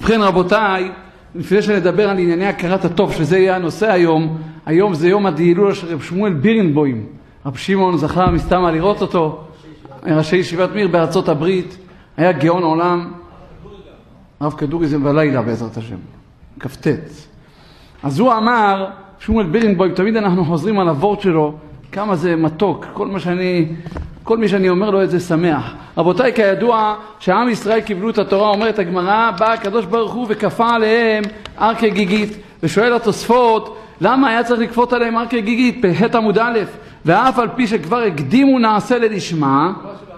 ובכן רבותיי, לפני שנדבר על ענייני הכרת הטוב, שזה יהיה הנושא היום זה יום הדילול של רב שמואל בירנבוים. רב שמעון זכה מסתמה לראות אותו, ראשי ישיבת מיר בארצות הברית, היה גאון עולם, רב כדורי זה בלילה בעזרת השם, כ"ט. אז הוא אמר, שמואל בירנבוים, תמיד אנחנו חוזרים על הוורד שלו, כמה זה מתוק, כל מי שאני אומר לו את זה שמח. רבותיי, כידוע שעם ישראל קיבלו את התורה, אומרת הגמרא, בא הקדוש ברוך הוא וכפה עליהם הר כגיגית, ושואל התוספות, למה היה צריך לכפות עליהם הר כגיגית? פ"ח עמוד א', ואף על פי שכבר הקדימו נעשה ללשמה,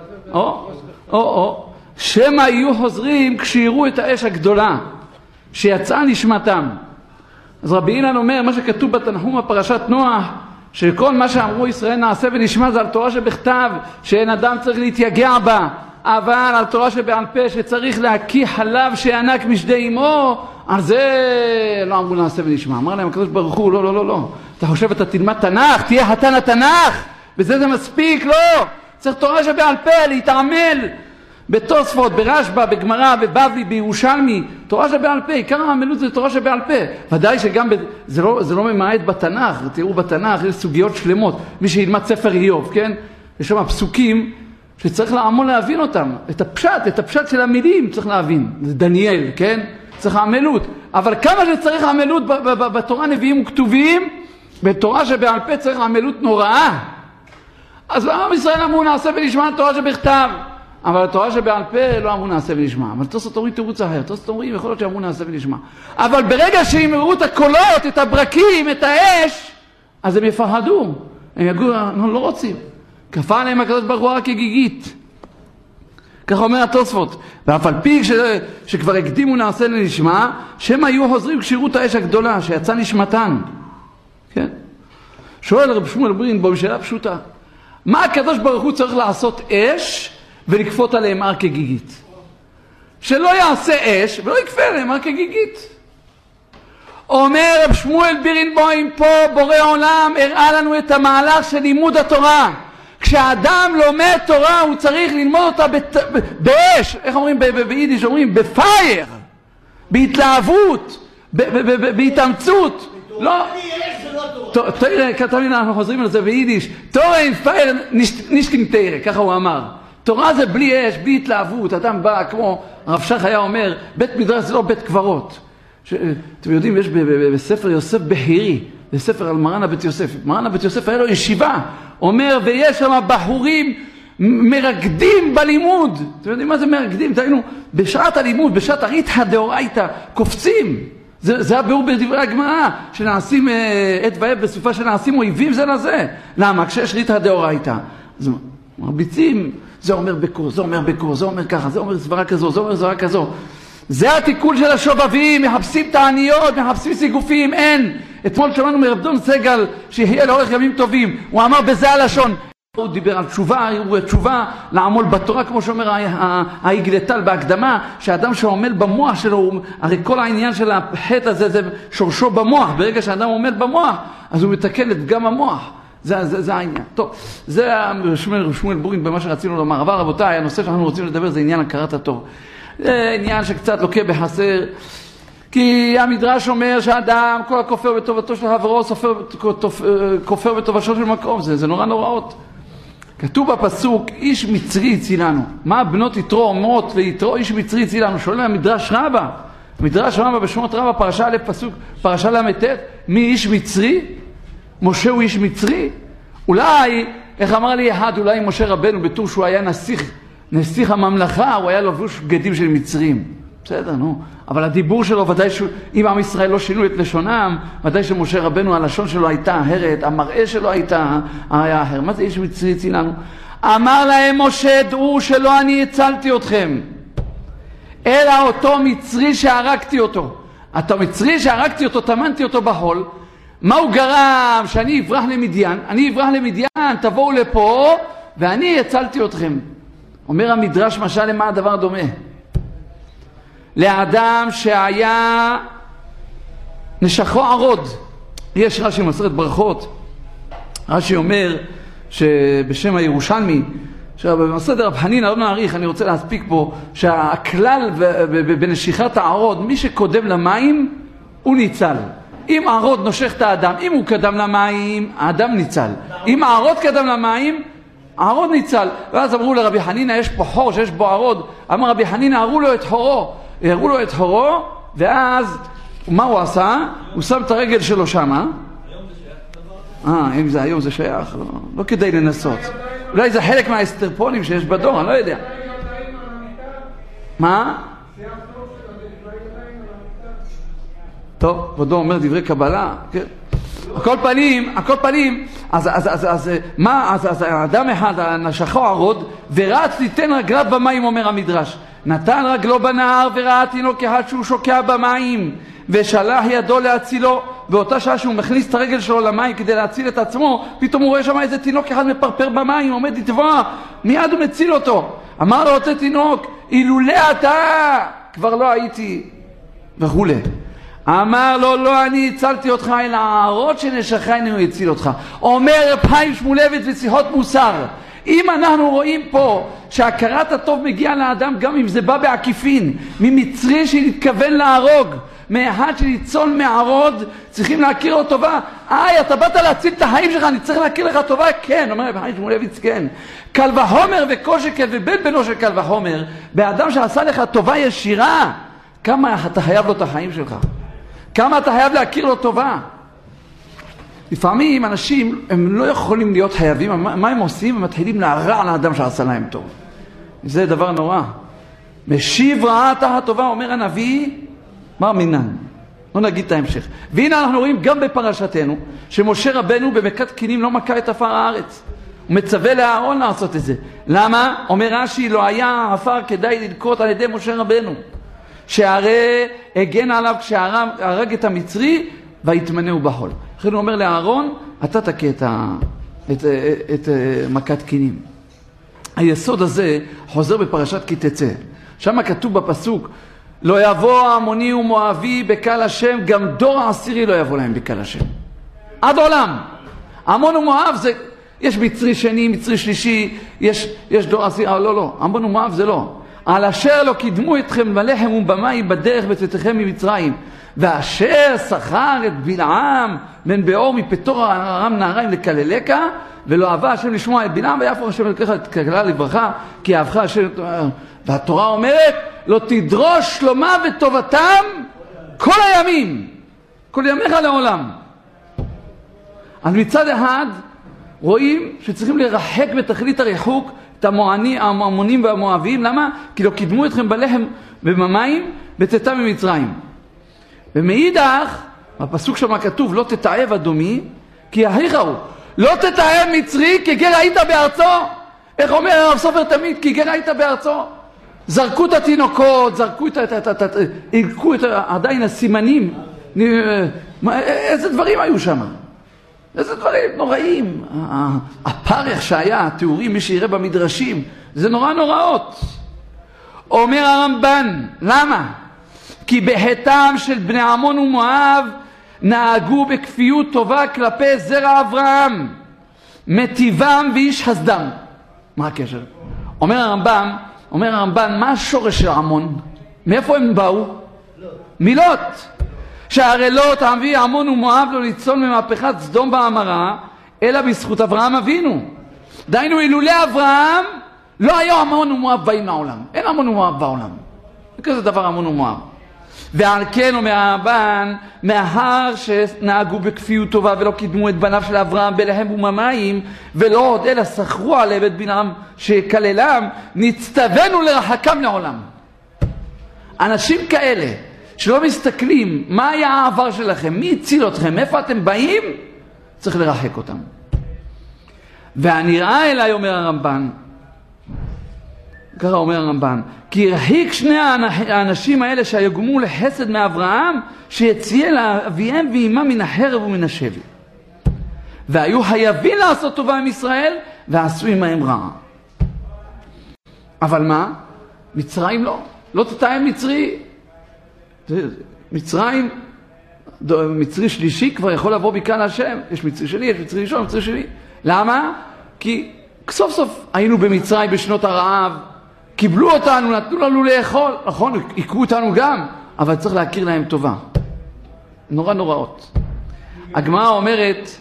שמא יהיו חוזרים כשיראו את האש הגדולה שיצאה נשמתם. אז רבי אילן אומר, מה שכתוב בתנחום הפרשת נוח, שכל מה שאמרו ישראל נעשה ונשמע זה על תורה שבכתב, שאין אדם צריך להתייגע בה, אבל על תורה שבעל פה שצריך להקיא חלב שענק משדי אמו, על זה לא אמרו נעשה ונשמע. אמר להם הקדוש ברוך הוא, לא. אתה חושב אתה תלמד תנ"ך, תהיה חתן התנ"ך, בזה זה מספיק, לא. צריך תורה שבעל פה, להתעמל. בתוספות, ברשב"א, בגמרא, בבבלי, בירושלמי, תורה שבעל פה, עיקר העמלות זה תורה שבעל פה. ודאי שגם זה לא ממעט בתנ"ך, תראו בתנ"ך, יש סוגיות שלמות. מי שילמד ספר איוב, כן? יש שם פסוקים שצריך לעמול להבין אותם. את הפשט של המילים צריך להבין. זה דניאל, כן? צריך העמלות. אבל כמה שצריך העמלות בתורה נביאים וכתובים, בתורה שבעל פה צריך העמלות נוראה. אז עם ישראל אמרו נעשה ונשמע תורה שבכתב. אבל התורה שבעל פה לא אמרו נעשה ונשמע. אבל תוספות אומרים תירוץ אחר. תוספות אומרים יכול להיות שאמרו נעשה ונשמע. אבל ברגע שהם יראו את הקולות, את הברקים, את האש, אז הם יפחדו. הם יגידו, אנחנו לא רוצים. כפה עליהם הקדוש ברוך הוא כגיגית. ככה אומר התוספות. ואף על פי שכבר הקדימו נעשה לנשמע, שהם היו חוזרים כשיראו את האש הגדולה, שיצא נשמתן. כן? שואל רב שמואל בירנבוים שאלה פשוטה. מה הקדוש ברוך הוא צריך לעשות אש ולכפות עליהם הר כגיגית? שלא יעשה אש ולא יקפה עליהם הר כגיגית. אומר רב שמואל בירנבוים פה, בורא עולם הראה לנו את המהלך של לימוד התורה. כשאדם לומד תורה הוא צריך ללמוד אותה באש, איך אומרים ביידיש? אומרים בפייר, בהתלהבות, בהתאמצות. לא, תראה, כתבים אנחנו חוזרים על זה ביידיש, תורה עם פייר נשקין תראה, ככה הוא אמר. תורה זה בלי אש, בלי התלהבות. אדם בא כמו הרב שך היה אומר, בית מדרש זה לא בית קברות. אתם יודעים, יש בספר יוסף בהירי, בספר על מרן הבית יוסף. מרן הבית יוסף היה לו ישיבה, אומר, ויש שם בחורים מרקדים בלימוד. אתם יודעים מה זה מרקדים? תראינו, בשעת הלימוד, בשעת הריתא דאורייתא, קופצים. זה הביאור בדברי הגמרא, שנעשים עת וערב בסופה שנעשים אויבים זה לזה. למה? כשיש ריתא דאורייתא. אז מרביצים, זה אומר בקור, זה אומר בקור, זה אומר ככה, זה אומר סברה כזו, זה אומר סברה כזו. זה התיקון של השובבים, מחפשים תעניות, מחפשים סיגופים, אין. אתמול שמענו מרב דון סגל שיהיה לאורך ימים טובים, הוא אמר בזה הלשון. הוא דיבר על תשובה, הוא תשובה לעמול בתורה, כמו שאומר היגלטל בהקדמה, שהאדם שעומל במוח שלו, הרי כל העניין של החטא הזה זה שורשו במוח, ברגע שהאדם עומל במוח, אז הוא מתקן את גם המוח. זה העניין. טוב, זה שמואל בירנבוים במה שרצינו לומר. אבל רבותיי, הנושא שאנחנו רוצים לדבר זה עניין הכרת הטוב. זה עניין שקצת לוקה בחסר, כי המדרש אומר שהאדם, כל הכופר בטובתו של חברו, כופר בטובתו של מקום. זה נורא נוראות. כתוב בפסוק, איש מצרי הצילנו. מה בנות יתרו אומרות ליתרו, איש מצרי הצילנו? שואל המדרש רבה. מדרש רבה בשמות רבה, פרשה א' פסוק, פרשה ל"ט, מי איש מצרי? משה הוא איש מצרי? אולי, איך אמר לי אחד, אולי משה רבנו בתור שהוא היה נסיך הממלכה, הוא היה לבוש בגדים של מצרים. בסדר, נו. אבל הדיבור שלו, ודאי אם עם ישראל לא שינו את לשונם, ודאי שמשה רבנו, הלשון שלו הייתה אחרת, המראה שלו היה אחר. מה זה איש מצרי הצילנו? אמר להם משה, דעו שלא אני הצלתי אתכם, אלא אותו מצרי שהרגתי אותו. אותו מצרי שהרגתי אותו, טמנתי אותו בחול. מה הוא גרם? שאני אברח למדיין, תבואו לפה, ואני הצלתי אתכם. אומר המדרש משל למה הדבר דומה? לאדם שהיה נשכו ערוד. יש רש"י מסרת ברכות, רש"י אומר שבשם הירושלמי, עכשיו, במסדר רב חנינא, לא נאריך, אני רוצה להספיק פה, שהכלל בנשיכת הערוד, מי שקודם למים, הוא ניצל. אם הערוד נושך את האדם, אם הוא קדם למים, האדם ניצל. אם הערוד קדם למים, הערוד ניצל. ואז אמרו לרבי חנינא, יש פה חור שיש בו ערוד. אמר רבי חנינא, הראו לו את חורו, ואז, מה הוא עשה? הוא שם את הרגל שלו שמה. אם זה היום זה שייך, לא כדאי לנסות. אולי זה חלק מהאסטרפונים שיש בדור, אני לא יודע. מה? טוב, כבודו אומר דברי קבלה, כן. הכל פנים, אז האדם אחד נשכו ערוד ורץ ליתן רגליו במים, אומר המדרש. נתן רגלו בנהר וראה תינוק אחד שהוא שוקע במים ושלח ידו להצילו. באותה שעה שהוא מכניס את הרגל שלו למים כדי להציל את עצמו, פתאום הוא רואה שם איזה תינוק אחד מפרפר במים, עומד לטבוע, מיד הוא מציל אותו. אמר לו אותו תינוק, אילולא אתה כבר לא הייתי וכו'. אמר לו, לא אני הצלתי אותך, אלא הערוד שנשכני הוא הציל אותך. אומר רב חיים שמואלביץ בשיחות מוסר, אם אנחנו רואים פה שהכרת הטוב מגיע לאדם גם אם זה בא בעקיפין, ממצרי שנתכוון להרוג, מאחד שניצול מערוד, צריכים להכיר לו טובה. אתה באת להציל את החיים שלך, אני צריך להכיר לך טובה? כן, אומר רב חיים שמואלביץ, כן. קל וחומר וכל שכן ובן בנו של קל וחומר, באדם שעשה לך טובה ישירה, כמה אתה חייב לו את החיים שלך? כמה אתה חייב להכיר לו טובה? לפעמים אנשים, הם לא יכולים להיות חייבים, מה הם עושים? הם מתחילים להרע לאדם שעשה להם טוב. זה דבר נורא. משיב רעה תחת טובה, אומר הנביא, מר מינן. לא נגיד את ההמשך. והנה אנחנו רואים גם בפרשתנו, שמשה רבנו במכת כינים לא מכה את עפר הארץ. הוא מצווה לאהרון לעשות את זה. למה? אומר רש"י, לא היה עפר כדאי ללקוט על ידי משה רבנו. שהרי הגן עליו כשהרג את המצרי והתמנהו בחול. לכן הוא אומר לאהרון, אתה תכה את מכת כינים. היסוד הזה חוזר בפרשת כי תצא. שם כתוב בפסוק, לא יבוא עמוני ומואבי בקהל השם, גם דור העשירי לא יבוא להם בקהל השם. עד עולם. עמון ומואב זה, יש מצרי שני, מצרי שלישי, יש דור עשירי, לא, עמון ומואב זה לא. על אשר לא קידמו אתכם בלחם ובמים בדרך בצאתכם ממצרים, ואשר שכר את בלעם בן באור מפתור ארם נהריים לקללך, ולא אהבה השם לשמוע את בלעם, ויפר השם לקחה את כללה לברכה, כי אהבך השם. והתורה אומרת, לא תדרוש שלומה וטובתם כל הימים, כל ימיך לעולם. אז מצד אחד רואים שצריכים לרחק בתכלית הריחוק את המונים והמואבים. למה? כי לא קידמו אתכם בלחם ובמים בצאתם ממצרים. ומאידך, בפסוק שם כתוב, לא תתעב אדומי, כי אחיך הוא. לא תתעב מצרי, כי גר היית בארצו. איך אומר הרב סופר תמיד? כי גר היית בארצו. זרקו את התינוקות, זרקו עדיין הסימנים. איזה דברים היו שם? איזה דברים נוראים. הפרח שהיה, התיאורים, מי שיראה במדרשים, זה נורא נוראות. אומר הרמב"ן, למה? כי בחטאם של בני עמון ומואב נהגו בכפיות טובה כלפי זרע אברהם, מטיבם ואיש חסדם. מה הקשר? אומר הרמב"ן, מה השורש של עמון? מאיפה הם באו? מילות. שהרי לא תעמבי עמון ומואב לא ניצול ממהפכת סדום ועמורה, אלא בזכות אברהם אבינו. דהיינו, אילולא אברהם לא היו עמון ומואב באים לעולם. אין עמון ומואב בעולם. זה כזה דבר עמון ומואב. ועל כן אומר הרמב"ן, מאחר שנהגו בכפיות טובה ולא קידמו את בניו של אברהם בלחם ובמים, ולא עוד אלא סחרו עליהם את בנם שכללם, נצטווינו לרחקם לעולם. אנשים כאלה שלא מסתכלים מה היה העבר שלכם, מי הציל אתכם, איפה אתם באים, צריך לרחק אותם. והנראה אליי, אומר הרמב"ן, ככה אומר הרמב"ן, כי הרחיק שני האנשים האלה שיגמו לחסד מאברהם, שיציע לאביהם ואימם מן החרב ומן השבי. והיו חייבים לעשות טובה עם ישראל, ועשו עמהם רעה. אבל מה? מצרים לא תתאם מצרי. מצרים, מצרי שלישי כבר יכול לבוא בקהל השם. יש מצרי שני, יש מצרי ראשון, מצרי שני. למה? כי סוף סוף היינו במצרים בשנות הרעב, קיבלו אותנו, נתנו לנו לאכול, נכון, עיקרו אותנו גם, אבל צריך להכיר להם טובה. נורא נוראות. הגמרא אומרת,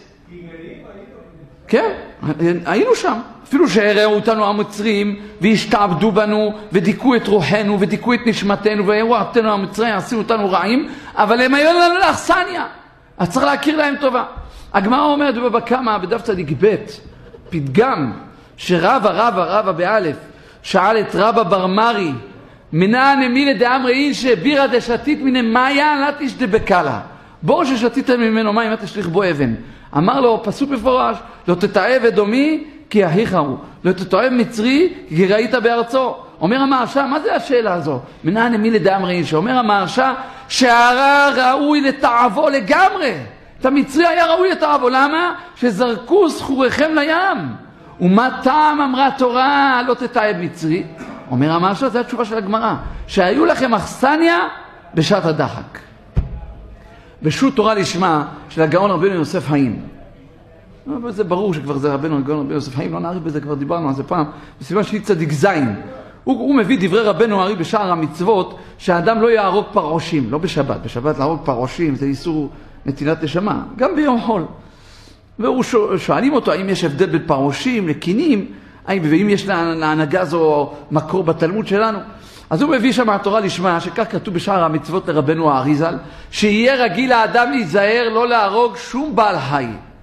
כן, היינו שם. אפילו שהראו אותנו המצרים והשתעבדו בנו ודיכאו את רוחנו ודיכאו את נשמתנו והראו אותנו המצרים, עשינו אותנו רעים, אבל הם היו לנו לאכסניה. אז צריך להכיר להם טובה. הגמרא אומרת בבבא קמא בדף צדיק ב' פתגם שרבא באלף שאל את רבא בר מרי מנען אמילה דאמרי איש בירא דשתית מן מאיה לטיש דבקלה, בור ששתיתם ממנו מים אל תשליך בו אבן. אמר לו פסוק מפורש, לא תתעב אדומי כי אחיך הוא, לא תתעב מצרי כי ראית בארצו. אומר המהרש"א, מה זה השאלה הזו? מנען אמילה דאמרי איש. אומר המהרש"א שהרע ראוי לתעבו לגמרי. את המצרי היה ראוי לתעבו. למה? שזרקו סחוריכם לים. ומה טעם אמרה התורה לא תתעב מצרי? אומר המהרש"א, זו התשובה של הגמרא, שהיו לכם אכסניה בשעת הדחק. בשו"ת תורה לשמה של הגאון רבנו יוסף חיים. זה ברור שכבר זה הגאון רבנו יוסף חיים, לא נעריך בזה, כבר דיברנו על זה פעם, בסימן שלי צדיק זין. הוא מביא דברי רבנו הרי בשער המצוות, שהאדם לא יהרוג פרעושים, לא בשבת. בשבת להרוג פרעושים זה איסור נטילת נשמה, גם ביום חול. והוא שואלים אותו, האם יש הבדל בין פרעושים לקינים, ואם יש להנהגה זו מקור בתלמוד שלנו. אז הוא מביא שם התורה לשמה, שכך כתוב בשער המצוות לרבנו האריזל, שיהיה רגיל האדם להיזהר לא להרוג שום בעל חי.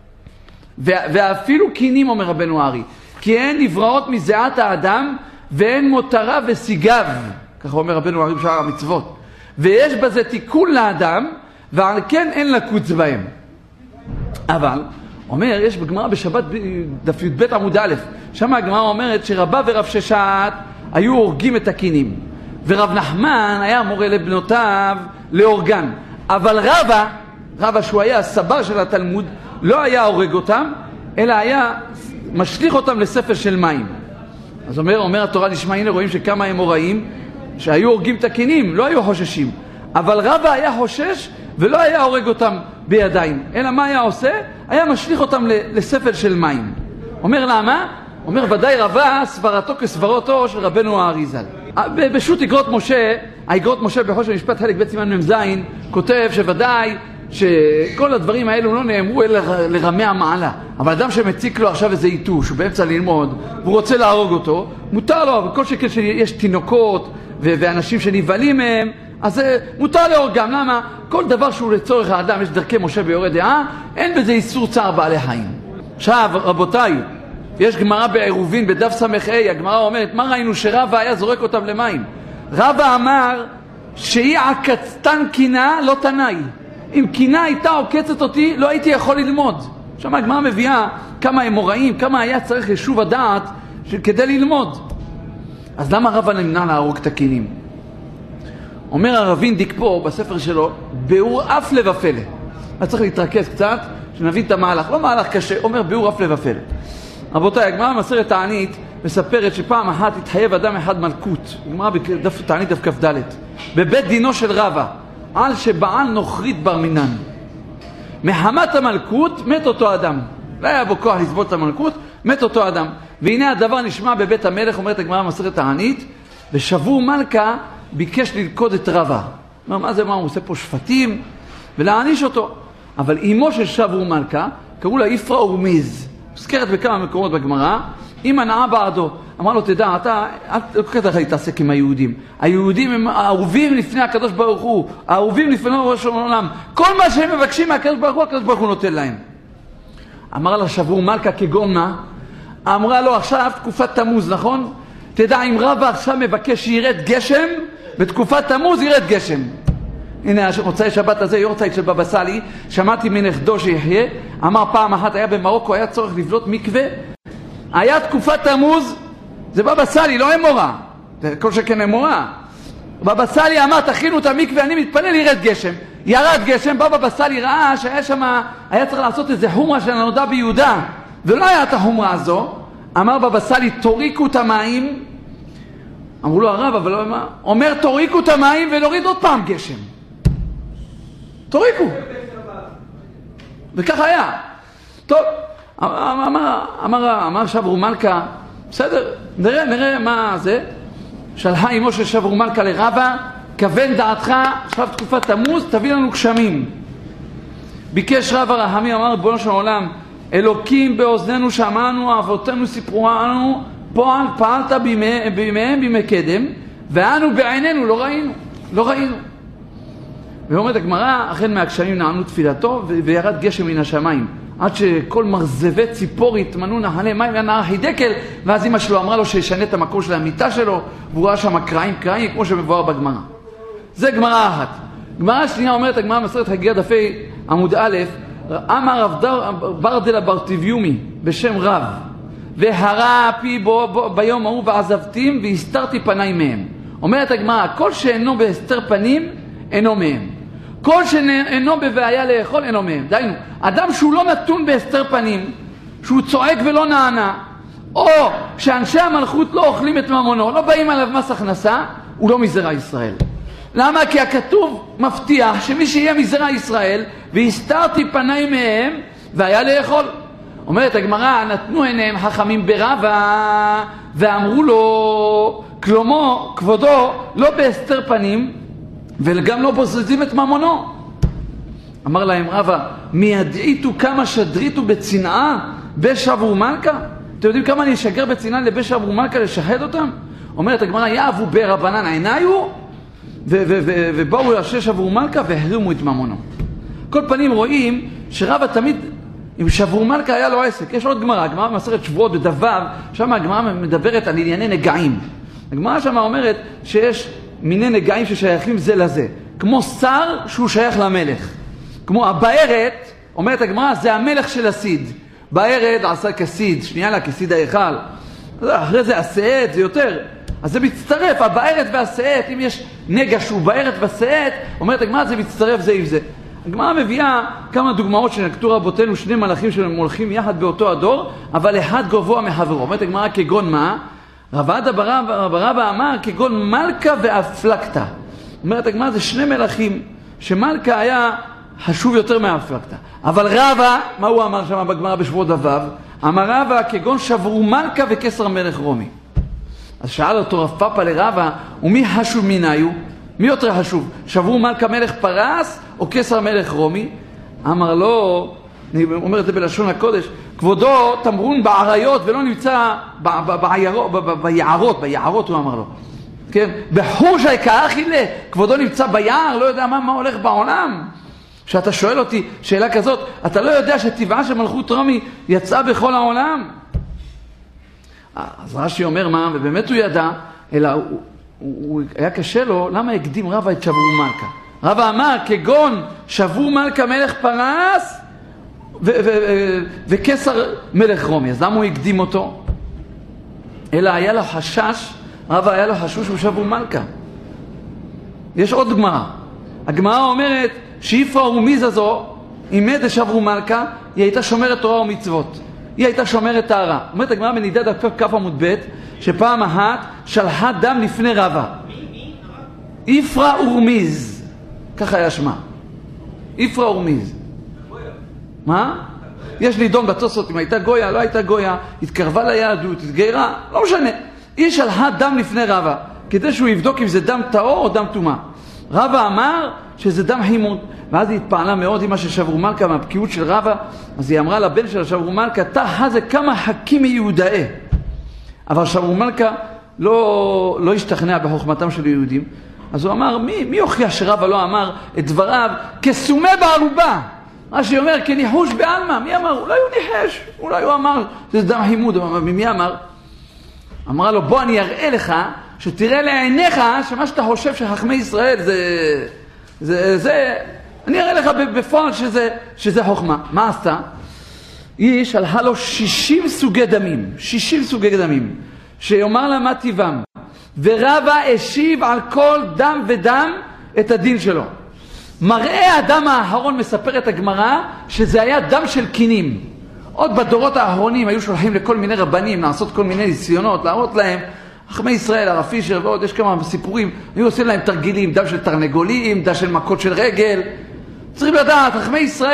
ואפילו קינים, אומר רבנו הארי, כי הן נבראות מזיעת האדם, ואין מותרה וסיגיו. ככה אומר רבנו הארי בשער המצוות. ויש בזה תיקון לאדם, ועל כן אין לקוץ בהם. אבל, אומר, יש בגמרא בשבת דף י"ב עמוד א', שם הגמרא אומרת שרבה ורב ששת היו הורגים את הקינים. ורב נחמן היה מורה לבנותיו להורגן. אבל רבא שהוא היה הסבר של התלמוד, לא היה הורג אותם, אלא היה משליך אותם לספר של מים. אז אומר התורה לשמה, הנה רואים שכמה הם הוראים, שהיו הורגים את הקינים, לא היו חוששים. אבל רבא היה חושש ולא היה הורג אותם בידיים. אלא מה היה עושה? היה משליך אותם לספל של מים. אומר למה? אומר ודאי רבא סברתו כסברתו של רבנו האריזל. בשו"ת איגרות משה, האיגרות משה בחושן משפט חלק ב' סימן מ"ז, כותב שוודאי שכל הדברים האלו לא נאמרו אלא לרמי המעלה. אבל אדם שמציק לו עכשיו איזה עיתוש, הוא באמצע ללמוד, והוא רוצה להרוג אותו, מותר לו, וכל שכן שיש תינוקות ואנשים שנבהלים מהם, אז מותר להורגם. למה? כל דבר שהוא לצורך האדם, יש דרכי משה ביורה דעה, אין בזה איסור צער בעלי חיים. עכשיו, רבותיי, יש גמרא בעירובין בדף סמך A, הגמרא אומרת, מה ראינו שרבא היה זורק אותם למים? רבא אמר שהיא עקצתן קינה לא תנאי. אם קינה הייתה עוקצת אותי, לא הייתי יכול ללמוד. עכשיו הגמרא מביאה כמה אמוראים, כמה היה צריך ישוב הדעת כדי ללמוד. אז למה רבא נמנע להרוג את הקינים? אומר הרבין דיק פה בספר שלו, ביאור אף לבפלא. אז צריך להתרכז קצת, שנבין את המהלך. לא מהלך קשה, אומר ביאור אף לבפלא. רבותיי, הגמרא במסכת תענית מספרת שפעם אחת התחייב אדם אחד מלכות. הגמרא בדף תענית דף כ"ד. בבית דינו של רבא, על שבעל נוכרית בר מינן. מחמת המלכות מת אותו אדם. לא היה בו כוח לסבול את המלכות, מת אותו אדם. והנה הדבר נשמע בבית המלך, אומרת הגמרא במסכת תענית, ושבור מלכה ביקש ללכוד את רבא. מה זה, מה הוא עושה פה שפטים? ולהעניש אותו. אבל אמו של שבור מלכה, קראו לה יפרא ורמיז. מזכרת בכמה מקומות בגמרא, היא מנעה בעדו. אמר לו, תדע, אתה, לא כדאי לך להתעסק עם היהודים. היהודים הם אהובים לפני הקדוש ברוך הוא, אהובים לפני ראש העולם. כל מה שהם מבקשים מהקדוש ברוך הוא, הקדוש ברוך הוא נותן להם. אמר לה שבור מלכה כגון מה? אמרה לו, עכשיו תקופת תמוז, נכון? תדע, אם רבא עכשיו מבקש שירד גשם, בתקופת תמוז ירד גשם. הנה, מוצאי שבת הזה, יורצייט של בבא סאלי, שמעתי מנכדו שיחיה, אמר פעם אחת, היה במרוקו, היה צורך לבנות מקווה, היה תקופת תמוז, זה בבא סאלי, לא אמורה, כל שכן אמורה. בבא סאלי אמר, תכינו את המקווה, אני מתפלל, ירד גשם. ירד גשם, בבא סאלי ראה שהיה שם, היה צריך לעשות איזה חומרה של הנודע ביהודה, ולא היה את החומרה הזו. אמר בבא סאלי, תוריקו את המים. אמרו לו הרב, אבל לא מה? אומר, תוריקו את המים ונוריד עוד פעם גשם. תוריקו. וכך היה. טוב, אמר שברו מלכה, בסדר, נראה מה זה. שלחה אמו של שברו מלכה לרבה, כוון דעתך, עכשיו תקופת תמוז, תביא לנו גשמים. ביקש רבה רחמים, אמר ריבונו של עולם, אלוקים באוזנינו שמענו, אבותינו סיפרו לנו, פעלת בימי קדם, ואנו בעינינו לא ראינו. ואומרת הגמרא, אכן מהגשמים נענו תפילתו, וירד גשם מן השמיים. עד שכל מרזבי ציפור התמנו נחלי מים לנהר חידקל, ואז אמא שלו אמרה לו שישנה את המקום של המיטה שלו, והוא ראה שם קרעים, כמו שמבואר בגמרא. זה גמרא אחת. גמרא שנייה אומרת, הגמרא מסרת חגיגה דפי עמוד א', אמר רב ברדלה ברטיביומי בשם רב, והרה פי ביום ההוא ועזבתים והסתרתי פניי מהם. אומרת הגמרא, כל שאינו בהסתר פנים אינו מהם. כל שאינו בבעיה לאכול אינו מהם. דיינו, אדם שהוא לא נתון בהסתר פנים, שהוא צועק ולא נענה, או שאנשי המלכות לא אוכלים את ממונו, לא באים עליו מס הכנסה, הוא לא מזרע ישראל. למה? כי הכתוב מבטיח שמי שיהיה מזרע ישראל, והסתרתי פניי מהם, והיה לאכול. אומרת הגמרא, נתנו עיניהם חכמים ברבה, ואמרו לו, כבודו לא בהסתר פנים, וגם לא בוזזים את ממונו. אמר להם רבה, מי ידעיתו כמה שדריתו בצנעה בשברו מלכה? אתם יודעים כמה אני אשגר בצנעה לבשברו מלכה לשחד אותם? אומרת הגמרא, יאהבו ברבנן עיניו, ובאו ראשי שברו מלכה והחרימו את ממונו. כל פנים רואים שרבה תמיד, עם שברו מלכה היה לו עסק. יש עוד גמרא, הגמרא במסכת שבועות בדבב, שם הגמרא מדברת על ענייני נגעים. הגמרא שם אומרת שיש מיני נגעים ששייכים זה לזה. כמו שר שהוא שייך למלך. כמו הבארת, אומרת הגמרא, זה המלך של הסיד. בארת עשה כסיד, שנייה לה כסיד ההיכל. אחרי זה השאת, זה יותר. אז זה מצטרף, הבארת והשאת, אם יש נגע שהוא בארת והשאת, אומרת הגמרא, זה מצטרף זה עם זה. הגמרא מביאה כמה דוגמאות שנקטו רבותינו, שני מלאכים שמולכים יחד באותו הדור, אבל אחד גבוה מחברו. אומרת הגמרא, כגון מה? רב עדה ברבא אמר, כגון מלכה ואפלקטה. אומרת הגמרא, זה שני מלאכים, שמלכה היה חשוב יותר מאפלקטה. אבל רבא, מה הוא אמר שם בגמרא בשבועות דבב? אמר רבא, כגון שברו מלכה וקיסר מלך רומי. אז שאל אותו רב פאפא לרבא, ומי חשוב מיניו? מי יותר חשוב? שברו מלכה מלך פרס או קיסר מלך רומי? אמר לו, אני אומר את זה בלשון הקודש, כבודו תמרון בעריות ולא נמצא ביערות הוא אמר לו. כן? בחושי כאחילה, כבודו נמצא ביער, לא יודע מה הולך בעולם. שאתה שואל אותי שאלה כזאת, אתה לא יודע שטבעה של מלכות רומי יצאה בכל העולם? אז רש"י אומר מה, ובאמת הוא ידע, אלא הוא היה קשה לו, למה הקדים רבא את שברו מלכה? רבא אמר, כגון שברו מלכה מלך פרס וקיסר מלך רומי. אז למה הוא הקדים אותו? אלא היה לו חשש, רבא היה לו חשוש שברו מלכה. יש עוד גמרא. הגמרא אומרת שיפרא ורמיז הזו, עימד לשברו מלכה, היא הייתה שומרת תורה ומצוות. היא הייתה שומרת טהרה. אומרת הגמרא בנידה כף עמוד ב' שפעם אחת שלחה דם לפני רבא. יפרא ורמיז. ככה היה שמה. יפרא ורמיז. מה? יש לידון בתוספות אם הייתה גויה, לא הייתה גויה, התקרבה ליהדות, התגיירה, לא משנה. היא שלחה דם לפני רבא, כדי שהוא יבדוק אם זה דם טהור או דם טומאה. רבא אמר שזה דם חימוד, ואז היא התפעלה מאוד עם מה ששברו מלכה מהבקיאות של רבא, אז היא אמרה לבן של שברו מלכה, תא זה כמה חכים מיהודאי. אבל שברו מלכה לא השתכנע בחוכמתם של יהודים, אז הוא אמר, מי הוכיח שרבא לא אמר את דבריו כסומה בערובה? רש"י אומר, כניחוש בעלמא. מי אמר? אולי הוא ניחש, אולי הוא אמר שזה דם חימוד. מי אמר? אמרה לו, בוא אני אראה לך, שתראה לעיניך שמה שאתה חושב שחכמי ישראל זה אני אראה לך בפועל שזה חוכמה. מה עשתה? היא שלחה לו 60 סוגי דמים, 60 סוגי דמים, שיאמר לה מה טיבם. ורבא השיב על כל דם ודם את הדין שלו. מראה הדם האחרון, מספרת הגמרא, שזה היה דם של קינים. עוד בדורות האחרונים היו שולחים לכל מיני רבנים לעשות כל מיני ניסיונות, להראות להם, חכמי ישראל, הרב פישר ועוד, יש כמה סיפורים, היו עושים להם תרגילים, דם של תרנגולים, דם של מכות של רגל. צריכים לדעת, חכמי ישראל,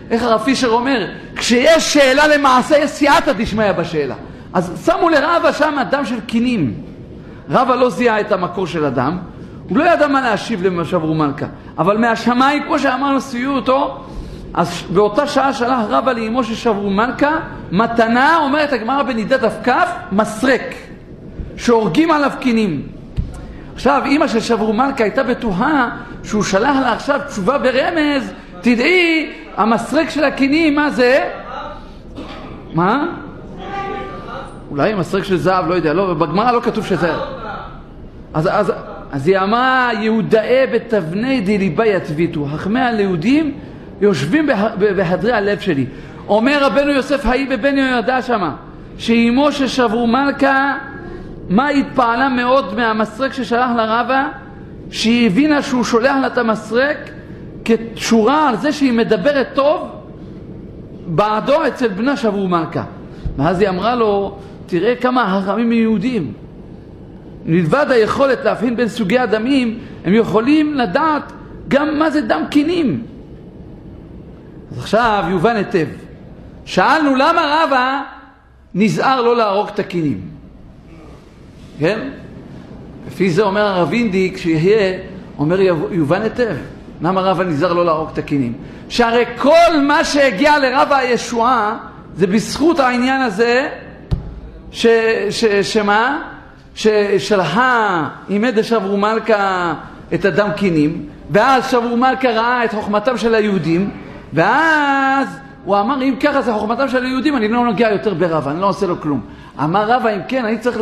איך הרב פישר אומר, כשיש שאלה למעשה יש סייעתא דשמיא בשאלה. אז שמו לרבא שם אדם של קינים. רבא לא זיהה את המקור של אדם, הוא לא ידע מה להשיב לשברו מלכה, אבל מהשמיים, כמו שאמרנו, סייעו אותו. אז באותה שעה שלח רבא לאמו של שברו מלכה מתנה, אומרת הגמרא בנידה דף כף, מסרק שהורגים עליו קינים. עכשיו אמא של שברו מלכה הייתה בטוחה שהוא שלח לה עכשיו תשובה ברמז, תדעי המסרק של הקינים מה זה? מה? אולי מסרק של זהב, לא יודע, לא, בגמרא לא כתוב שזה. אז היא אמרה, יהודאי בתבני דליבה יתביטו, חכמי הליהודים יושבים בחדרי הלב שלי. אומר רבנו יוסף האי בבני יהודה שמה, שאימו של שברו מלכה, מה התפעלה מאוד מהמסרק ששלח לרבא, שהיא הבינה שהוא שולח לה את המסרק כתשורה על זה שהיא מדברת טוב בעדו אצל בנה שברו מלכה. ואז היא אמרה לו, תראה כמה החכמים יהודים, מלבד היכולת להבחין בין סוגי הדמים, הם יכולים לדעת גם מה זה דם קינים. אז עכשיו יובן היטב. שאלנו למה רבא נזהר לא להרוג את הקינים. כן? לפי זה אומר הרב אינדיק שיהיה, אומר יובן היטב. למה רבא נזהר לא להרוג את הקינים? שהרי כל מה שהגיע לרבא הישועה זה בזכות העניין הזה שמה? ששלחה אימא דשברו מלכה את הדם קינים, ואז שברו מלכה ראה את חוכמתם של היהודים, ואז הוא אמר, אם ככה זה חוכמתם של היהודים, אני לא נוגע יותר ברבא, אני לא עושה לו כלום. אמר רבא, אם כן, אני צריך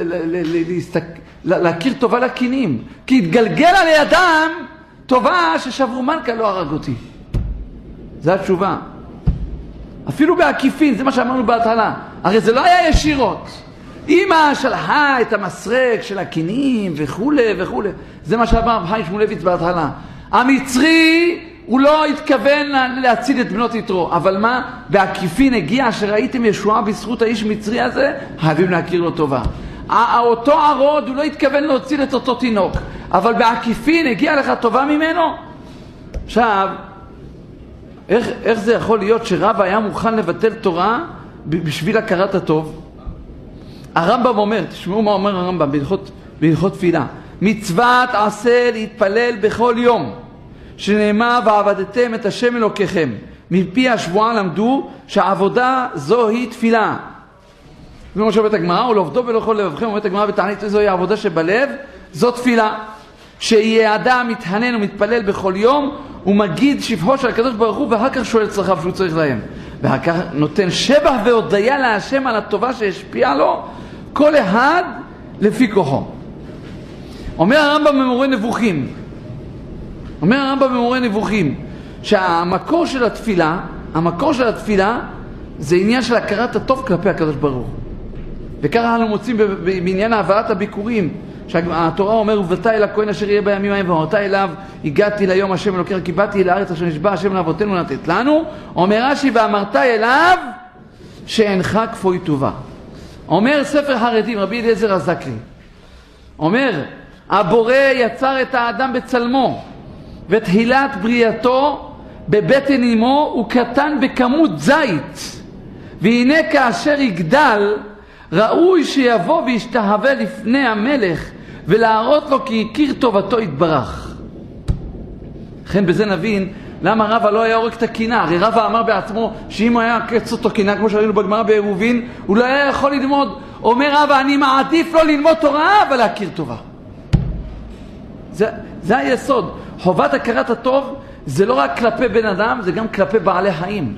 להכיר טובה לקינים, כי התגלגל על ידם טובה ששברו מלכה לא הרג אותי. זו התשובה. אפילו בעקיפין, זה מה שאמרנו בהתחלה. הרי זה לא היה ישירות. אמא שלחה את המסרק של הקינים וכו' וכו'. זה מה שאמר חיים שמואלביץ בהתחלה. המצרי הוא לא התכוון להציל את בנות יתרו, אבל מה? בעקיפין הגיע שראיתם ישועה בזכות האיש מצרי הזה, חייבים להכיר לו טובה. אותו ערוד הוא לא התכוון להציל את אותו תינוק, אבל בעקיפין הגיע לך טובה ממנו. עכשיו, איך זה יכול להיות שרבא היה מוכן לבטל תורה בשביל הכרת הטוב? הרמב"ם אומר, תשמעו מה אומר הרמב"ם בהלכות תפילה, מצוות עשה להתפלל בכל יום, שנאמר ועבדתם את השם אלוקיכם, מפי השבועה למדו שהעבודה זוהי תפילה. כמו שאומרת הגמרא, ולעובדו בכל לבבכם, אומרת הגמרא בתענית, זוהי העבודה שבלב, זו תפילה. שיהיה אדם מתהנן ומתפלל בכל יום, ומגיד שבחו של הקדוש ברוך הוא, ואחר כך שואל צרכיו שהוא צריך להם. ואחר כך נותן שבח והודיה להשם על הטובה שהשפיעה לו, כל אחד לפי כוחו. אומר הרמב"ם במורה נבוכים, שהמקור של התפילה, זה עניין של הכרת הטוב כלפי הקדוש ברוך הוא. וככה אנחנו מוצאים בעניין הבאת הביקורים, שהתורה אומר, ובאתי אל הכהן אשר יהיה בימים ההם, ואמרת אליו, הגעתי ליום השם אלוקיך, כי באתי אל הארץ אשר נשבע השם לאבותינו לתת לנו. אומר רש"י, ואמרת אליו שאינך כפוי טובה. אומר ספר חרדים, רבי אליעזר הזקרי, אומר, הבורא יצר את האדם בצלמו, ותחילת בריאתו בבטן אמו הוא קטן בכמות זית, והנה כאשר יגדל ראוי שיבוא וישתהווה לפני המלך ולהראות לו כי הכיר טובתו יתברך. לכן בזה נבין למה רבא לא היה הורג את הקינה. הרי רבא אמר בעצמו שאם הוא היה קץ אותו קינה, כמו שראינו בגמרא בעירובין, הוא לא היה יכול ללמוד. אומר רבא, אני מעדיף לא ללמוד תורה אבל להכיר טובה. זה היסוד. חובת הכרת הטוב זה לא רק כלפי בן אדם, זה גם כלפי בעלי חיים.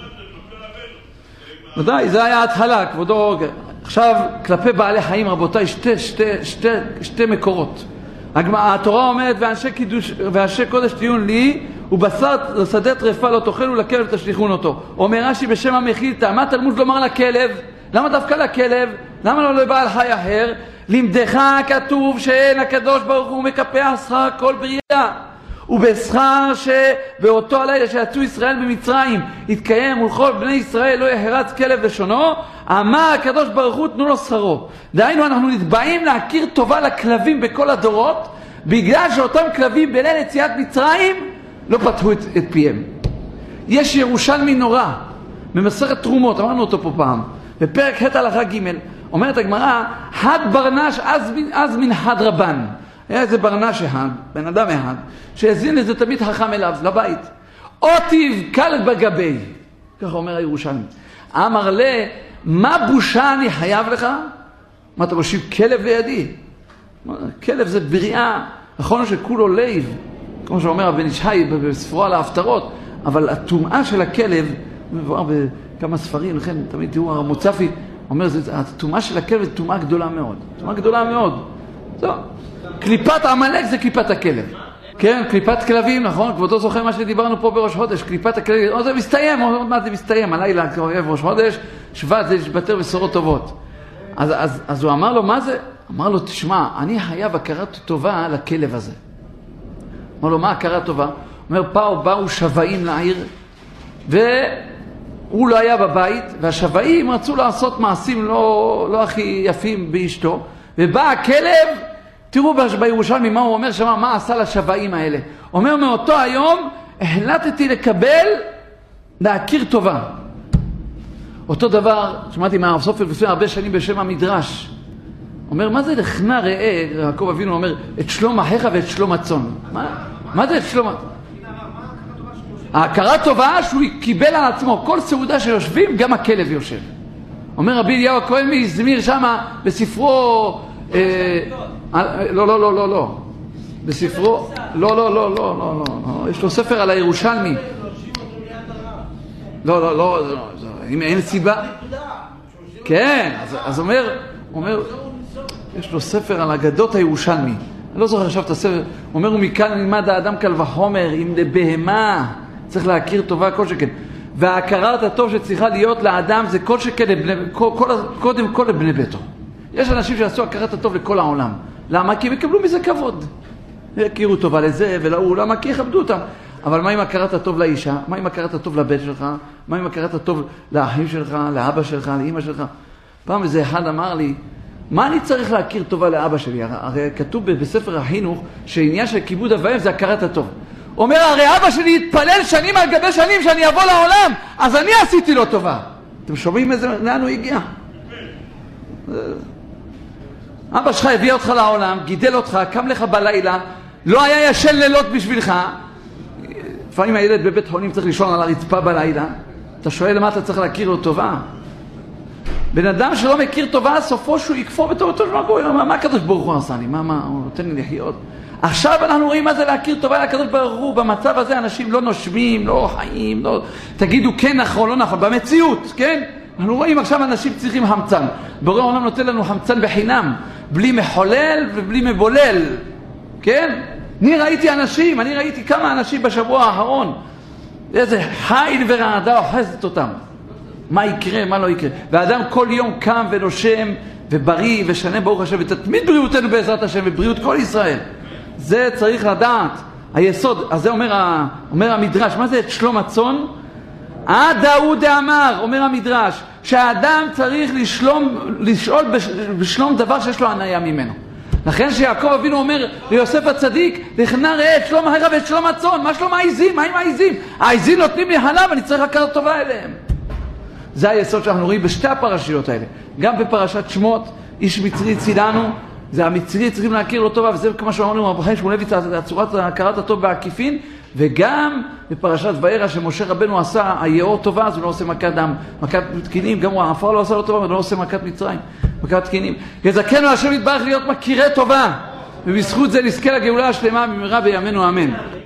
ודאי, זה היה התחלה, כבודו. עכשיו, כלפי בעלי חיים, רבותיי, שתי מקורות. התורה אומרת, ואנשי קודש תהיון לי, ובשר שדה טרפה לא תאכלו, לכלב תשליכון אותו. אומר רש"י בשם המחילתא, מה תלמוד לומר לכלב? למה דווקא לכלב? למה לא לבעל חי אחר? למדך כתוב שאין הקדוש ברוך הוא מקפח שכר כל בריאה. ובשכר שבאותו הלילה שיצאו ישראל במצרים התקיים ולכל בני ישראל לא יחרץ כלב לשונו, אמר הקדוש ברוך הוא תנו לו שכרו. דהיינו אנחנו נתבעים להכיר טובה לכלבים בכל הדורות, בגלל שאותם כלבים בליל יציאת מצרים לא פתחו את פיהם. יש ירושלמי נורא, במסכת תרומות, אמרנו אותו פה פעם, בפרק ה' הלכה ג', אומרת הגמרא, חד ברנש אז מן חד רבן. היה איזה ברנש אחד, בן אדם אחד, שהזין איזה תמיד חכם אליו, לבית. אותיב קל בגבי, ככה אומר הירושלמי. אמר לה, מה בושה אני חייב לך? מה אתה מושיב כלב לידי? כלב זה בריאה, נכון שכולו לב, כמו שאומר הבן ישחי בספרו על ההפטרות, אבל הטומאה של הכלב, מבואר בכמה ספרים, לכן תמיד תראו, המוצפי אומר, הטומאה של הכלב זה טומאה גדולה מאוד. טומאה גדולה מאוד. זו. קליפת עמלק זה קליפת הכלב. כן, קליפת כלבים, נכון? כבודו זוכר מה שדיברנו פה בראש חודש, קליפת הכלב, או זה מסתיים, עוד מעט זה מסתיים, הלילה, ראש חודש, שבט זה לשבטר בשורות טובות. אז הוא אמר לו, מה זה? אמר לו, תשמע, אני חייב הכרת טובה לכלב הזה. אמר לו, מה הכרת טובה? אומר, באו שבאים לעיר, והוא לא היה בבית, והשבאים רצו לעשות מעשים לא הכי יפים באשתו, ובא הכלב, תראו בירושלמי מה הוא אומר שם, מה עשה לשבאים האלה. אומר, מאותו היום החלטתי להכיר טובה. אותו דבר, שמעתי מהרב סופר לפני הרבה שנים בשם המדרש. אומר, מה זה לכנה ראה, יעקב אבינו אומר, את שלום אחיך ואת שלום הצאן. מה זה את שלום? ההכרת טובה שהוא קיבל על עצמו, כל סעודה שיושבים, גם הכלב יושב. אומר רבי אליהו הכהן מאזמיר שמה בספרו, לא. בספרו, לא. יש לו ספר על הירושלמי. לא, אם אין סיבה. כן, אז אומר, יש לו ספר על אגדות הירושלמי. אני לא זוכר עכשיו את הספר. אומר, ומכאן נלמד האדם קל וחומר, אם לבהמה צריך להכיר טובה כל שכן. וההכרת הטוב שצריכה להיות לאדם זה כל שכן, קודם כל לבני ביתו. יש אנשים שעשו הכרת הטוב לכל העולם. למה? כי הם יקבלו מזה כבוד. יכירו טובה לזה ולהוא, למה? כי יכבדו אותם. אבל מה עם הכרת הטוב לאישה? מה עם הכרת הטוב לבית שלך? מה עם הכרת הטוב לאחים שלך, לאבא שלך, לאמא שלך? פעם איזה אחד אמר לי, מה אני צריך להכיר טובה לאבא שלי? הרי כתוב בספר החינוך שעניין של כיבוד אב ואם זה הכרת הטוב. אומר, הרי אבא שלי התפלל שנים על גבי שנים שאני אבוא לעולם, אז אני עשיתי לו טובה. אתם שומעים לאן הוא הגיע? אבא שלך הביא אותך לעולם, גידל אותך, קם לך בלילה, לא היה ישן לילות בשבילך. לפעמים הילד בבית חולים צריך לישון על הרצפה בלילה. אתה שואל למה אתה צריך להכיר לו טובה? בן אדם שלא מכיר טובה, סופו שהוא יקפור בטובתו של מגוי. מה הקדוש ברוך הוא עשה לי? מה הוא נותן לי לחיות? עכשיו אנחנו רואים מה זה להכיר טובה לקדוש ברוך הוא. במצב הזה אנשים לא נושמים, לא חיים, לא... תגידו כן נכון, לא נכון. במציאות, כן? אנחנו רואים עכשיו אנשים צריכים חמצן. בורא העולם נותן לנו חמצן בחינם, בלי מחולל ובלי מבולל. כן? אני ראיתי כמה אנשים בשבוע האחרון. איזה חיל ורעדה אוחזת אותם. מה יקרה, מה לא יקרה. והאדם כל יום קם ונושם ובריא ושנה ברוך השם, ותתמיד בריאותנו בעזרת השם ובריאות כל ישראל. זה צריך לדעת. היסוד, אז זה אומר המדרש. מה זה את שלום הצאן? דאוד אמר, אומר המדרש, שהאדם צריך לשאול בשלום דבר שיש לו הניה ממנו. לכן שיעקב אבינו אומר ליוסף הצדיק, לכנה ראה את שלום אחיך ואת שלום הצאן. מה שלום העיזים? מה עם העיזים? העיזים נותנים לי חלב, אני צריך הכרת טובה אליהם. זה היסוד שאנחנו רואים בשתי הפרשיות האלה. גם בפרשת שמות, איש מצרי צילנו, זה המצרי צריכים להכיר לו טובה, וזה כמו שאמרנו, רב חיים שמואלביץ, צורת הכרת הטוב בעקיפין, וגם בפרשת וירא שמשה רבנו עשה היאור טובה, אז הוא לא עושה מכת דם, מכת תקינים, גם הוא העפר לא עשה לו טובה, אבל הוא לא עושה מכת מצרים, מכת תקינים. יזכנו השם יתברך להיות מכירי טובה, ובזכות זה נזכה לגאולה השלמה במהרה בימינו אמן.